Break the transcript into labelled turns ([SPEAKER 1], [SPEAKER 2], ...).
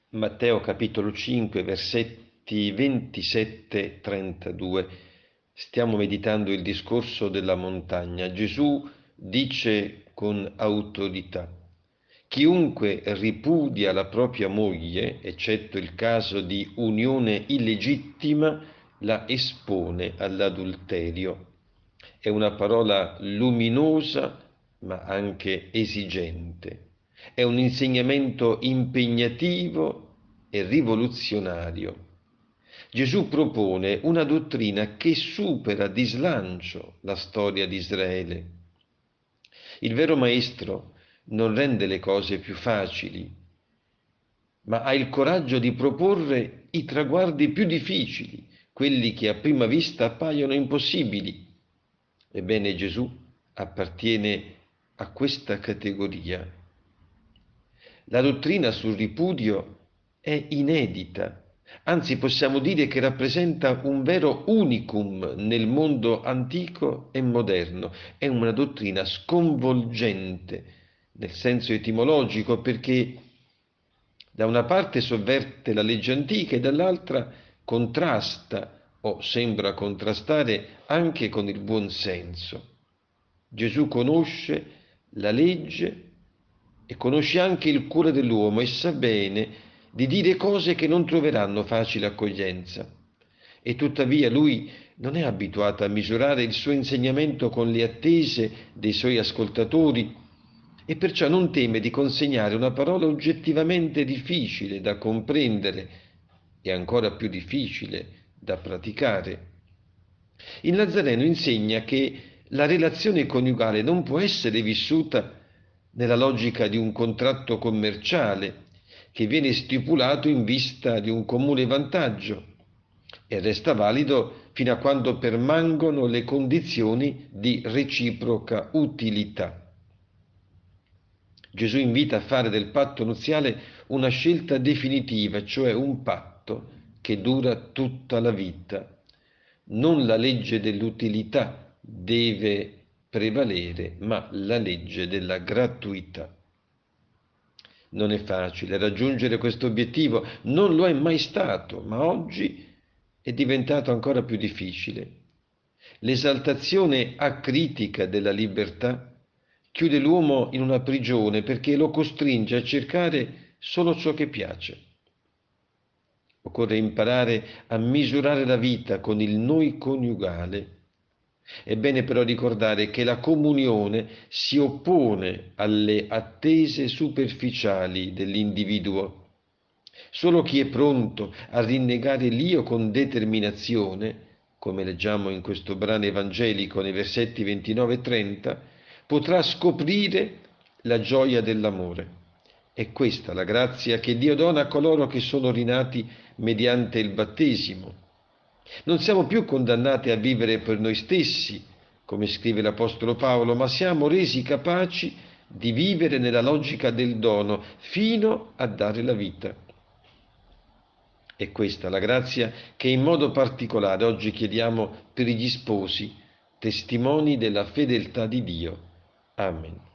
[SPEAKER 1] Matteo capitolo 5, versetti 27-32. Stiamo meditando il discorso della montagna. Gesù dice con autorità: chiunque ripudia la propria moglie, eccetto il caso di unione illegittima, la espone all'adulterio. È una parola luminosa ma anche esigente. È un insegnamento impegnativo e rivoluzionario. Gesù propone una dottrina che supera di slancio la storia di Israele. Il vero maestro non rende le cose più facili, ma ha il coraggio di proporre i traguardi più difficili, quelli che a prima vista appaiono impossibili. Ebbene, Gesù appartiene a questa categoria. La dottrina sul ripudio è inedita, anzi possiamo dire che rappresenta un vero unicum nel mondo antico e moderno. È una dottrina sconvolgente nel senso etimologico, perché da una parte sovverte la legge antica e dall'altra contrasta o sembra contrastare anche con il buon senso. Gesù conosce la legge e conosce anche il cuore dell'uomo e sa bene di dire cose che non troveranno facile accoglienza. E tuttavia lui non è abituato a misurare il suo insegnamento con le attese dei suoi ascoltatori e perciò non teme di consegnare una parola oggettivamente difficile da comprendere e ancora più difficile da praticare. Il Nazareno insegna che la relazione coniugale non può essere vissuta nella logica di un contratto commerciale che viene stipulato in vista di un comune vantaggio e resta valido fino a quando permangono le condizioni di reciproca utilità. Gesù invita a fare del patto nuziale una scelta definitiva, cioè un patto che dura tutta la vita. Non la legge dell'utilità deve prevalere, ma la legge della gratuità. Non è facile raggiungere questo obiettivo, non lo è mai stato, ma oggi è diventato ancora più difficile. L'esaltazione acritica della libertà chiude l'uomo in una prigione perché lo costringe a cercare solo ciò che piace. Occorre imparare a misurare la vita con il noi coniugale. È bene però ricordare che la comunione si oppone alle attese superficiali dell'individuo. Solo chi è pronto a rinnegare l'io con determinazione, come leggiamo in questo brano evangelico nei versetti 29 e 30, potrà scoprire la gioia dell'amore. È questa la grazia che Dio dona a coloro che sono rinati mediante il battesimo. Non siamo più condannati a vivere per noi stessi, come scrive l'Apostolo Paolo, ma siamo resi capaci di vivere nella logica del dono fino a dare la vita. È questa la grazia che in modo particolare oggi chiediamo per gli sposi, testimoni della fedeltà di Dio. Amen.